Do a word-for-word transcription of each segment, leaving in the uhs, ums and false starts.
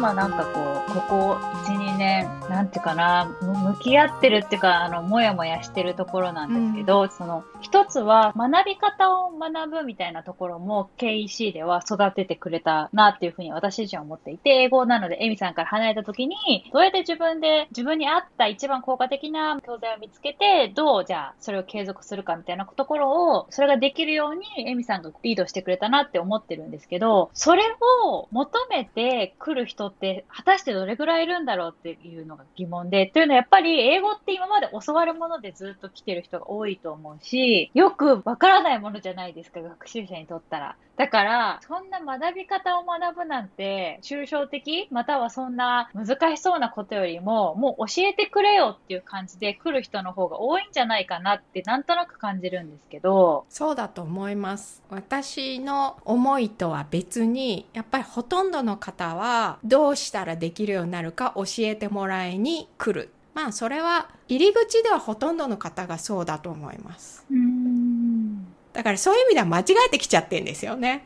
今なんかこう、ここいち、にねん、なんていうかな、向き合ってるっていうか、あの、もやもやしてるところなんですけど、うん、その、一つは学び方を学ぶみたいなところも ケーイーシー では育ててくれたなっていうふうに私自身は思っていて、英語なのでエミさんから離れた時に、どうやって自分で自分に合った一番効果的な教材を見つけて、どうじゃあそれを継続するかみたいなところを、それができるようにエミさんがリードしてくれたなって思ってるんですけど、それを求めて来る人って果たしてどれぐらいいるんだろうっていうのが疑問で、というのはやっぱり英語って今まで教わるものでずっと来てる人が多いと思うし、よくわからないものじゃないですか、学習者にとったら。だから、そんな学び方を学ぶなんて、抽象的またはそんな難しそうなことよりも、もう教えてくれよっていう感じで来る人の方が多いんじゃないかなってなんとなく感じるんですけど。 そうだと思います。私の思いとは別に、やっぱりほとんどの方はどうしたらできるようになるか教えてもらいに来る。まあそれは入り口ではほとんどの方がそうだと思います。 うーんだからそういう意味では間違えてきちゃってんですよね。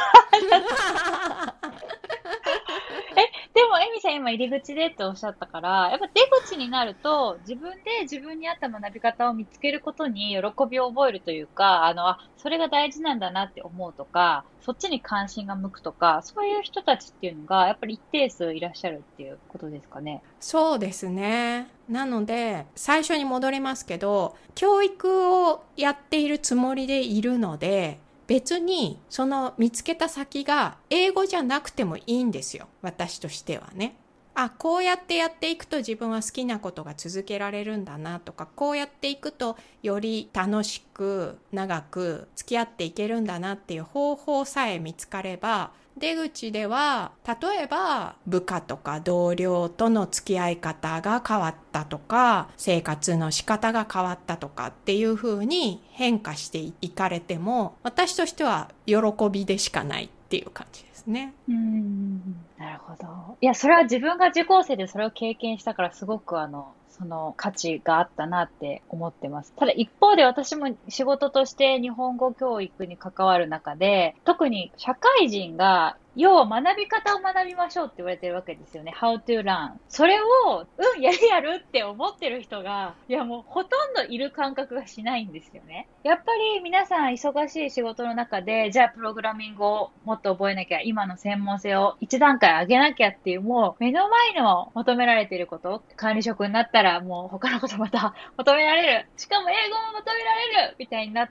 え、でもエミさん今入り口でっておっしゃったから、やっぱ出口になると自分で自分に合った学び方を見つけることに喜びを覚えるというか、あの、あ、それが大事なんだなって思うとか、そっちに関心が向くとか、そういう人たちっていうのがやっぱり一定数いらっしゃるっていうことですかね。 そうですね。なので最初に戻りますけど、教育をやっているつもりでいるので、別にその見つけた先が英語じゃなくてもいいんですよ、私としてはね。あ、こうやってやっていくと自分は好きなことが続けられるんだなとか、こうやっていくとより楽しく長く付き合っていけるんだなっていう方法さえ見つかれば、出口では例えば部下とか同僚との付き合い方が変わったとか、生活の仕方が変わったとかっていう風に変化していかれても、私としては喜びでしかないっていう感じですね。 うーん、なるほど。いや、それは自分が受講生でそれを経験したからすごくあの、その価値があったなって思ってます。ただ一方で私も仕事として日本語教育に関わる中で、特に社会人が要は学び方を学びましょうって言われてるわけですよね。How to learn。それを、うん、やるやるって思ってる人が、いやもうほとんどいる感覚がしないんですよね。やっぱり皆さん忙しい仕事の中で、じゃあプログラミングをもっと覚えなきゃ、今の専門性を一段階上げなきゃっていう、もう目の前の求められていること、管理職になったらもう他のことまた求められる。しかも英語も求められるみたいになって、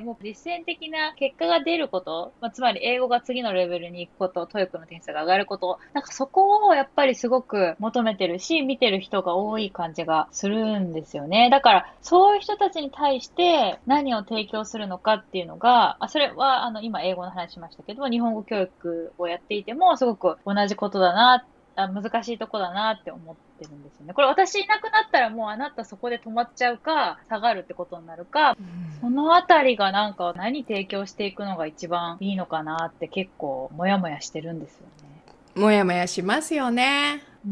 もう実践的な結果が出ること、まあ、つまり英語が次のレベルに行くこと、トイックの点数が上がること、なんかそこをやっぱりすごく求めてるし、見てる人が多い感じがするんですよね。だからそういう人たちに対して何を提供するのかっていうのが、あ、それはあの今英語の話しましたけど、日本語教育をやっていてもすごく同じことだな、あ、難しいとこだなって思ってるんですよね。これ私いなくなったらもうあなたそこで止まっちゃうか、下がるってことになるか、うん、そのあたりがなんか何提供していくのが一番いいのかなって結構もやもやしてるんですよね。 もやもやしますよね。 うん、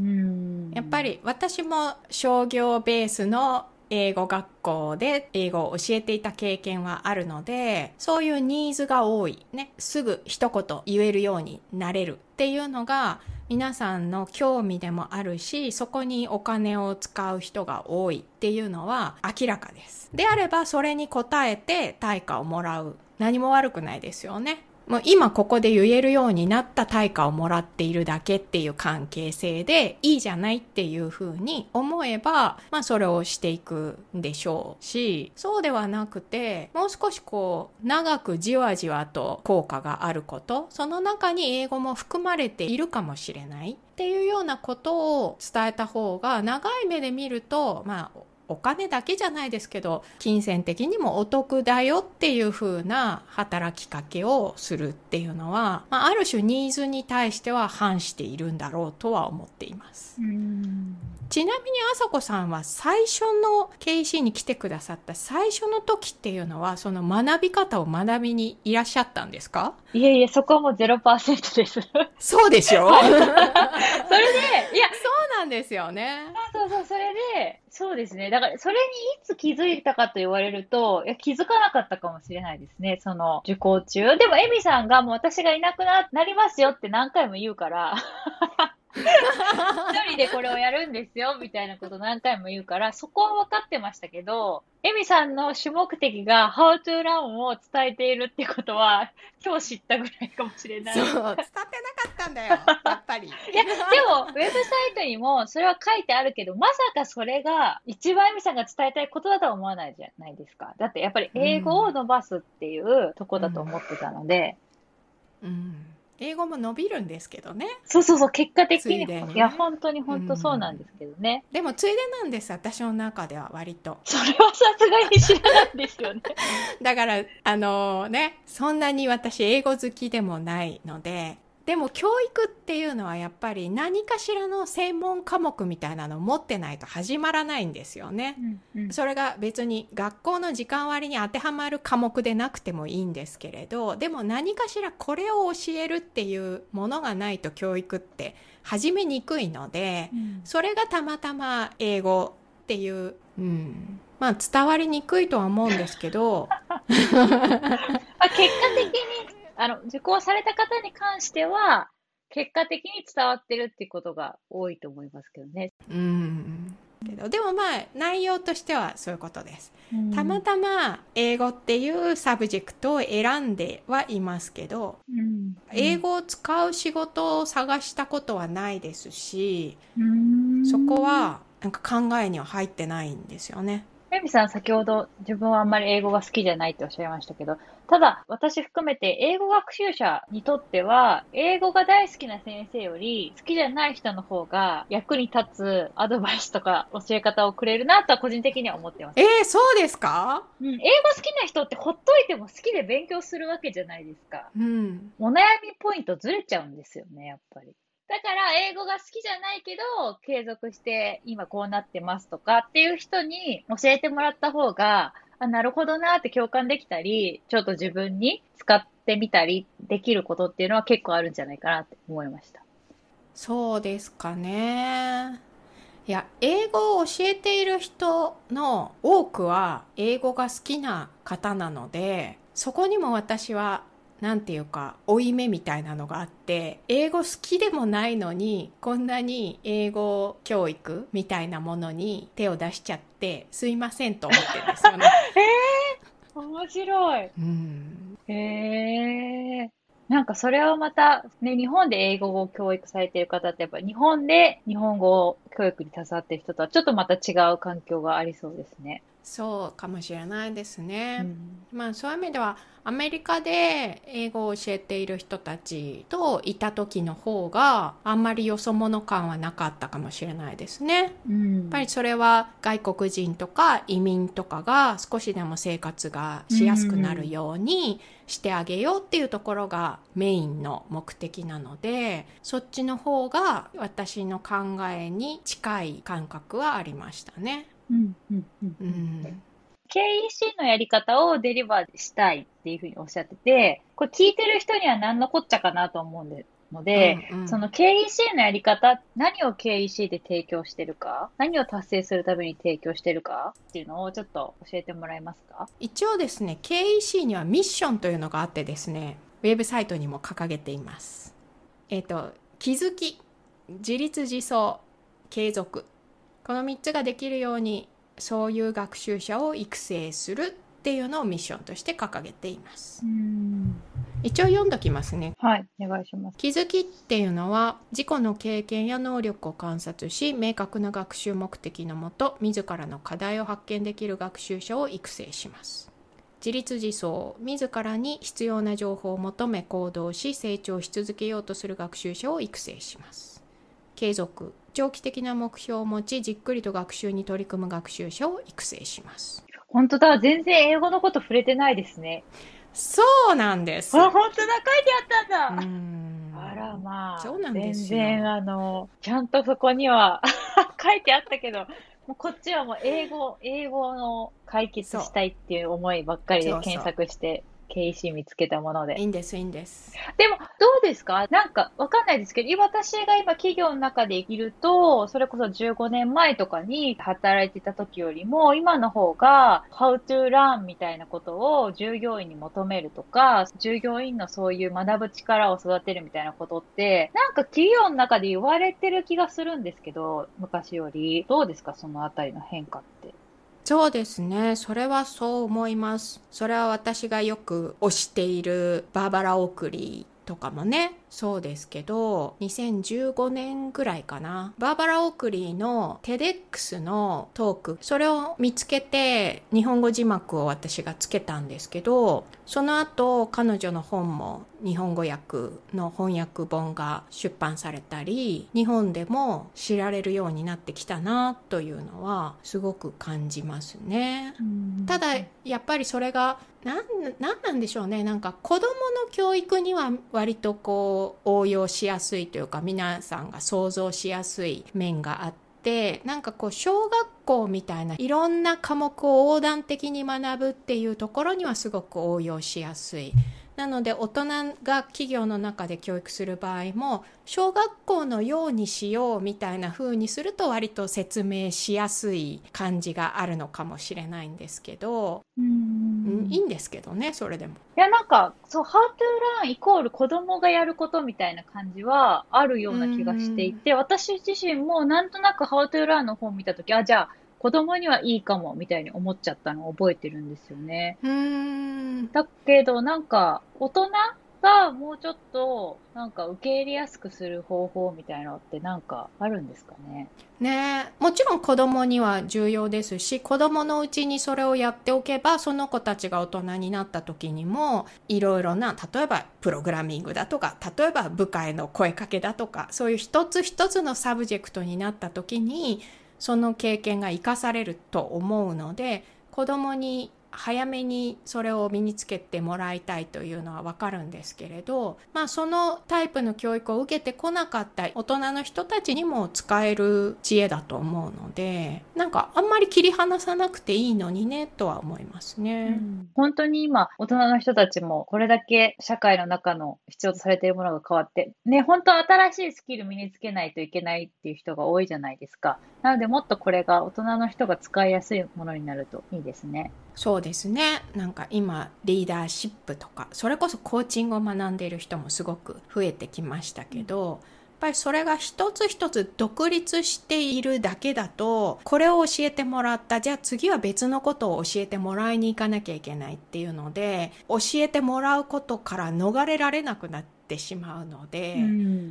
やっぱり私も商業ベースの英語学校で英語を教えていた経験はあるので、そういうニーズが多いね、すぐ一言言えるようになれるっていうのが皆さんの興味でもあるし、そこにお金を使う人が多いっていうのは明らかです。であればそれに応えて対価をもらう、何も悪くないですよね。もう今ここで言えるようになった対価をもらっているだけっていう関係性でいいじゃないっていうふうに思えば、まあそれをしていくんでしょうし、そうではなくて、もう少しこう長くじわじわと効果があること、その中に英語も含まれているかもしれないっていうようなことを伝えた方が、長い目で見ると、まあお金だけじゃないですけど、金銭的にもお得だよっていう風な働きかけをするっていうのは、まあ、ある種ニーズに対しては反しているんだろうとは思っています。 うーん、 ちなみにあさこさんは最初の ケーイーシー に来てくださった最初の時っていうのは、その学び方を学びにいらっしゃったんですか？ いえいえ、そこはもう ゼロパーセント です。 そうでしょ？ それで、いや、 そうなんですよね。 そうそう、それで、そうですね。だから、それにいつ気づいたかと言われると、いや、気づかなかったかもしれないですね。その、受講中。でも、エミさんがもう私がいなくな、なりますよって何回も言うから、 一人でこれをやるんですよ、みたいなこと何回も言うから、そこは分かってましたけど、エミさんの主目的が How to Run を伝えているってことは、今日知ったぐらいかもしれない。 そう、伝ってなかったんだよ、やっぱり。いや、でも、ウェブサイトにもそれは書いてあるけど、まさかそれが一番エミさんが伝えたいことだとは思わないじゃないですか。だってやっぱり英語を伸ばすっていうとこだと思ってたので。 うん。うん英語も伸びるんですけどね。 そうそうそう、結果的に。 ついでにねいや、本当に本当そうなんですけどね。 でもついでなんです、私の中では割と。 それはさすがに知らないんですよね。 だから、あのね、そんなに私英語好きでもないので、でも教育っていうのはやっぱり何かしらの専門科目みたいなのを持ってないと始まらないんですよね。 うんうん、 それが別に学校の時間割に当てはまる科目でなくてもいいんですけれど、でも何かしらこれを教えるっていうものがないと教育って始めにくいので、うん、それがたまたま英語っていう、うん、まあ伝わりにくいとは思うんですけど結果的にあの受講された方に関しては結果的に伝わってるっていうことが多いと思いますけどね。 うんけどでもまあ内容としてはそういうことです、うん、たまたま英語っていうサブジェクトを選んではいますけど、うん、英語を使う仕事を探したことはないですし、うん、そこはなんか考えには入ってないんですよね。 エミさん先ほど自分はあんまり英語が好きじゃないっておっしゃいましたけど、ただ私含めて英語学習者にとっては英語が大好きな先生より好きじゃない人の方が役に立つアドバイスとか教え方をくれるなとは個人的には思ってます。 えー、そうですか？ うん、英語好きな人ってほっといても好きで勉強するわけじゃないですか。うん。お悩みポイントずれちゃうんですよね、やっぱり。だから英語が好きじゃないけど継続して今こうなってますとかっていう人に教えてもらった方が、あ、なるほどなって共感できたり、ちょっと自分に使ってみたりできることっていうのは結構あるんじゃないかなって思いました。 そうですかね。いや、英語を教えている人の多くは英語が好きな方なので、そこにも私はなんていうか負い目みたいなのがあって、英語好きでもないのにこんなに英語教育みたいなものに手を出しちゃってすいませんと思ってるんですよね。 えー、面白い。 うん、 へえ。なんかそれはまた、ね、日本で英語を教育されている方ってやっぱり日本で日本語教育に携わっている人とはちょっとまた違う環境がありそうですね。 そうかもしれないですね、うん、まあそういう意味ではアメリカで英語を教えている人たちといた時の方があんまりよそ者感はなかったかもしれないですね、うん、やっぱりそれは外国人とか移民とかが少しでも生活がしやすくなるようにしてあげようっていうところがメインの目的なので、そっちの方が私の考えに近い感覚はありましたね。うんうんうんうん、 ケーイーシー のやり方をデリバーしたいっていうふうにおっしゃってて、これ聞いてる人には何のこっちゃかなと思うので、うんうん、その ケーイーシー のやり方、何を ケーイーシー で提供してるか、何を達成するために提供してるかっていうのをちょっと教えてもらえますか？ 一応ですね、ケーイーシー にはミッションというのがあってですね、ウェブサイトにも掲げています。えっと、気づき、自立自走、継続。このみっつができるようにそういう学習者を育成するっていうのをミッションとして掲げています。うん、一応読んどきますね。 はい、お願いします。 気づきっていうのは自己の経験や能力を観察し明確な学習目的のもと自らの課題を発見できる学習者を育成します。自立自走、自らに必要な情報を求め行動し成長し続けようとする学習者を育成します。継続、長期的な目標を持ちじっくりと学習に取り組む学習者を育成します。 本当だ、全然英語のこと触れてないですね。 そうなんです。 あ、本当だ、書いてあったんだ。うーん、あらまあ、 そうなんですよ。 全然あのちゃんとそこには書いてあったけど、もうこっちはもう英語英語の解決したいっていう思いばっかりで検索してケーイーシー 見つけたもので。 いいんです、いいんです。 でも、どうですか？なんか、わかんないですけど、私が今企業の中でいると、それこそじゅうごねんまえとかに働いてた時よりも、今の方が、How to learn みたいなことを従業員に求めるとか、従業員のそういう学ぶ力を育てるみたいなことって、なんか企業の中で言われてる気がするんですけど、昔より。どうですか？そのあたりの変化って。 そうですね。それはそう思います。それは私がよく推しているバーバラ・オークリーとかもね、そうですけど、にせんじゅうごねんぐらいかな。バーバラ・オークリーの テデックス のトーク、それを見つけて日本語字幕を私がつけたんですけど、その後彼女の本も日本語訳の翻訳本が出版されたり、日本でも知られるようになってきたなというのはすごく感じますね。ただやっぱりそれがなん、なんなんでしょうね。なんか子供の教育には割とこう応用しやすいというか、皆さんが想像しやすい面があって、なんかこう小学校みたいないろんな科目を横断的に学ぶっていうところにはすごく応用しやすい。なので大人が企業の中で教育する場合も小学校のようにしようみたいな風にすると割と説明しやすい感じがあるのかもしれないんですけど、 うーんいいんですけどね、それでも。 いや、なんか、そう、How to learn イコール子供がやることみたいな感じはあるような気がしていて、私自身もなんとなく How to learn の本見たとき、あ、じゃあ子供にはいいかもみたいに思っちゃったのを覚えてるんですよね。 うーんだけど、なんか、大人がもうちょっと、なんか受け入れやすくする方法みたいなのってなんかあるんですかね。 ねえ、もちろん子供には重要ですし、子供のうちにそれをやっておけば、その子たちが大人になった時にも、いろいろな、例えばプログラミングだとか、例えば部下への声かけだとか、そういう一つ一つのサブジェクトになった時に、その経験が生かされると思うので、子供に早めにそれを身につけてもらいたいというのはわかるんですけれど、まあそのタイプの教育を受けてこなかった大人の人たちにも使える知恵だと思うので、なんかあんまり切り離さなくていいのにねとは思いますね。 うん、本当に今、大人の人たちもこれだけ社会の中の必要とされているものが変わって、ね、本当新しいスキル身につけないといけないっていう人が多いじゃないですか。なのでもっとこれが大人の人が使いやすいものになるといいですね。 そうですね。なんか今リーダーシップとか、それこそコーチングを学んでいる人もすごく増えてきましたけど、やっぱりそれが一つ一つ独立しているだけだと、これを教えてもらった、じゃあ次は別のことを教えてもらいに行かなきゃいけないっていうので、教えてもらうことから逃れられなくなってしまうので、 うん、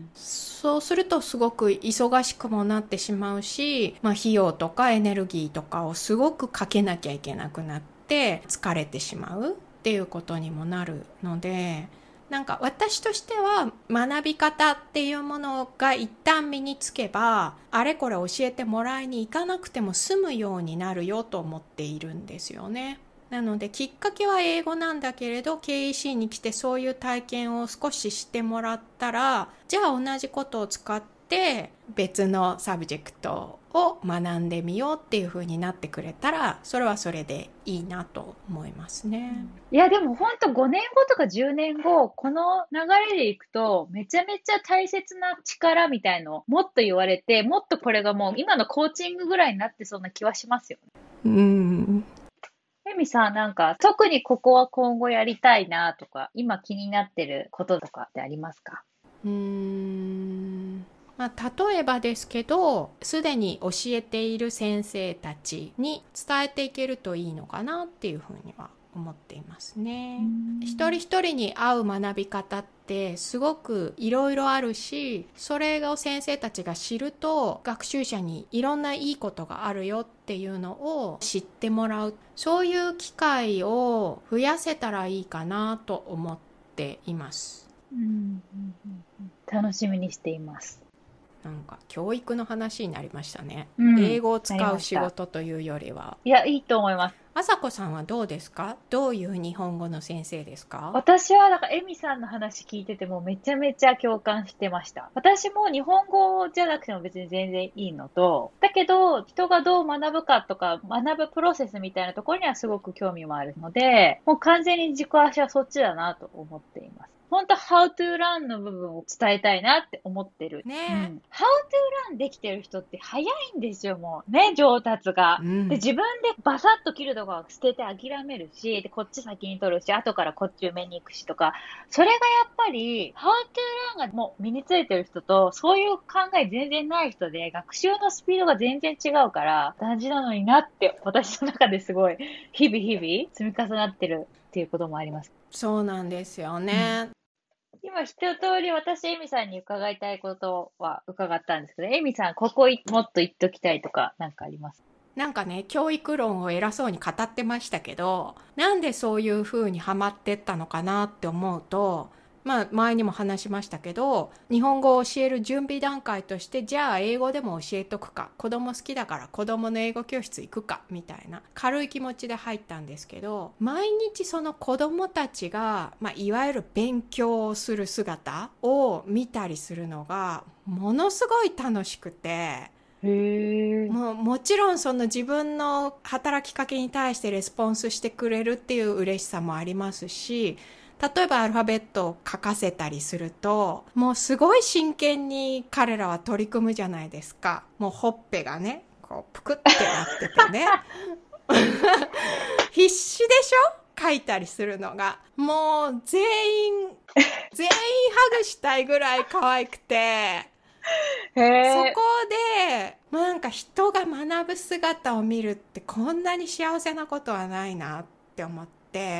そうするとすごく忙しくもなってしまうし、まあ、費用とかエネルギーとかをすごくかけなきゃいけなくなって疲れてしまうっていうことにもなるので、なんか私としては学び方っていうものが一旦身につけば、あれこれ教えてもらいに行かなくても済むようになるよと思っているんですよね。なのできっかけは英語なんだけれど ケーイーシー に来てそういう体験を少ししてもらったら、じゃあ同じことを使って別のサブジェクトを学んでみようっていう風になってくれたら、それはそれでいいなと思いますね。 いやでも本当ごねんごとかじゅうねんご、この流れでいくとめちゃめちゃ大切な力みたいのもっと言われて、もっとこれがもう今のコーチングぐらいになってそうな気はしますよね。 うん。 エミさん、なんか、特にここは今後やりたいなとか、今気になってることとかってありますか？ うーん。まあ、例えばですけど、すでに教えている先生たちに伝えていけるといいのかなっていうふうには思っていますね。一人一人に合う学び方ってすごくいろいろあるし、それを先生たちが知ると学習者にいろんないいことがあるよっていうのを知ってもらう、そういう機会を増やせたらいいかなと思っています。 うんうんうんうん、楽しみにしています。 なんか教育の話になりましたね、 うん、 英語を使う仕事というよりは。 いや、いいと思います。 あさこさんはどうですか？どういう日本語の先生ですか？ 私は、だから、エミさんの話聞いててもめちゃめちゃ共感してました。私も日本語じゃなくても別に全然いいのと、だけど、人がどう学ぶかとか、学ぶプロセスみたいなところにはすごく興味もあるので、もう完全に軸足はそっちだなと思っています。本当 how to learn の部分を伝えたいなって思ってる。 ねえ、 うん、how to learn できてる人って早いんですよ、もう。ね、上達が。 うん、 で、自分でバサッと切るとかは捨てて諦めるし、で、こっち先に取るし、後からこっち埋めに行くしとか、それがやっぱり、how to learn がもう身についてる人と、そういう考え全然ない人で、学習のスピードが全然違うから、大事なのになって、私の中ですごい、日々日々積み重なってるっていうこともあります。 そうなんですよね。 うん、今一通り私、エミさんに伺いたいことは伺ったんですけど、エミさん、ここもっと言っときたいとか、なんかあります？ なんかね、教育論を偉そうに語ってましたけど、なんでそういう風にハマってったのかなって思うと、まあ前にも話しましたけど、日本語を教える準備段階として、じゃあ英語でも教えとくか、子供好きだから子供の英語教室行くかみたいな軽い気持ちで入ったんですけど、毎日その子供たちが、まあ、いわゆる勉強をする姿を見たりするのがものすごい楽しくて、 へもうもちろんその自分の働きかけに対してレスポンスしてくれるっていう嬉しさもありますし、例えばアルファベットを書かせたりすると、もうすごい真剣に彼らは取り組むじゃないですか。もうほっぺがね、こうぷくってなっててね必死でしょ、書いたりするのが。もう全員全員ハグしたいぐらい可愛くて、そこで、まあ、なんか人が学ぶ姿を見るってこんなに幸せなことはないなって思って、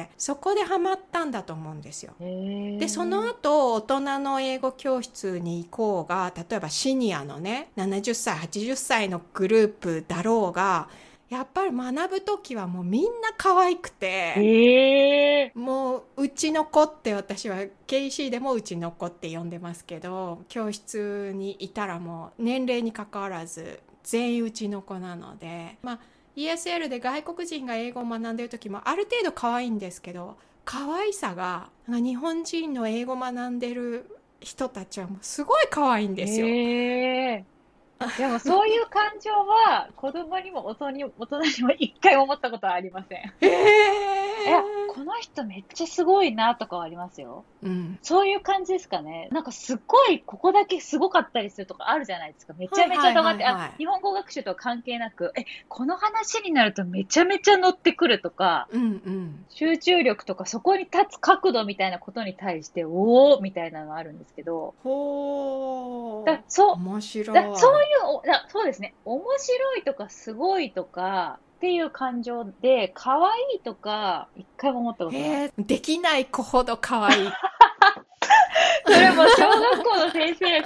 そこでハマったんだと思うんですよ。で、その後大人の英語教室に行こうが、例えばシニアのね、ななじゅっさいはちじゅっさいのグループだろうが、やっぱり学ぶときはもうみんな可愛くて、 えー、 もううちの子って私は ケーイーシー でもうちの子って呼んでますけど、教室にいたらもう年齢に関わらず全員うちの子なので、まあ イーエスエル で外国人が英語を学んでる時もある程度可愛いんですけど、可愛さが日本人の英語を学んでる人たちはもうすごい可愛いんですよ。 えーでもそういう感情は子供にも大人にも、大人にも一回も思ったことはありません。 えー、 いや、この人めっちゃすごいなとかはありますよ。 うん、 そういう感じですかね。なんかすっごいここだけすごかったりするとかあるじゃないですか。めちゃめちゃ黙って、 はいはいはいはい、 あ、日本語学習とは関係なく、え、この話になるとめちゃめちゃ乗ってくるとか、 うんうん、 集中力とかそこに立つ角度みたいなことに対して、おーみたいなのがあるんですけど。 ほー。 だそう、 面白い。 だそういうおだ、そうですね。面白いとかすごいとかっていう感情で、可愛いとか一回も思ったことない。 えー、できない子ほど可愛い。 それも小学校の先生。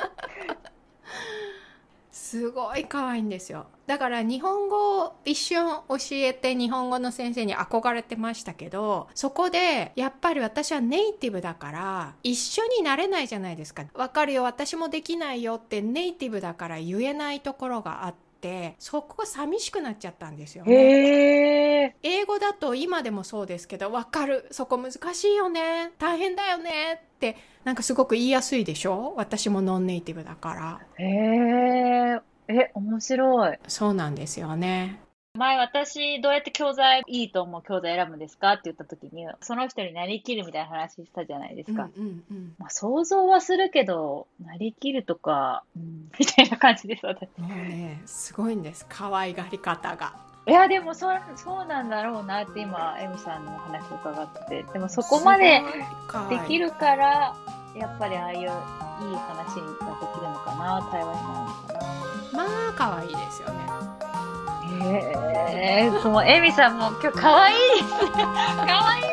すごい可愛いんですよ。だから日本語を一瞬教えて日本語の先生に憧れてましたけど、そこでやっぱり私はネイティブだから一緒になれないじゃないですか。わかるよ、私もできないよってネイティブだから言えないところがあって、そこ寂しくなっちゃったんですよね。 へー。 英語だと今でもそうですけど、わかる、そこ難しいよね、大変だよねってなんかすごく言いやすいでしょ、私もノンネイティブだから。 へー。え、面白い。 そうなんですよね。 前私どうやって教材いいと思う教材選ぶんですかって言った時に、その人になりきるみたいな話したじゃないですか。 うんうんうん、 まあ、想像はするけど、なりきるとか、うん、みたいな感じです、私。 もうね、すごいんです、可愛がり方が。 いや、でもそ、そうなんだろうなって今、エミさんのお話を伺ってて、でもそこまでできるから、やっぱりああいういい話ができるのかな、対話になるのかな。 まあ、可愛いですよね。 へえー、もうエミさんも今日可愛いですね。可愛い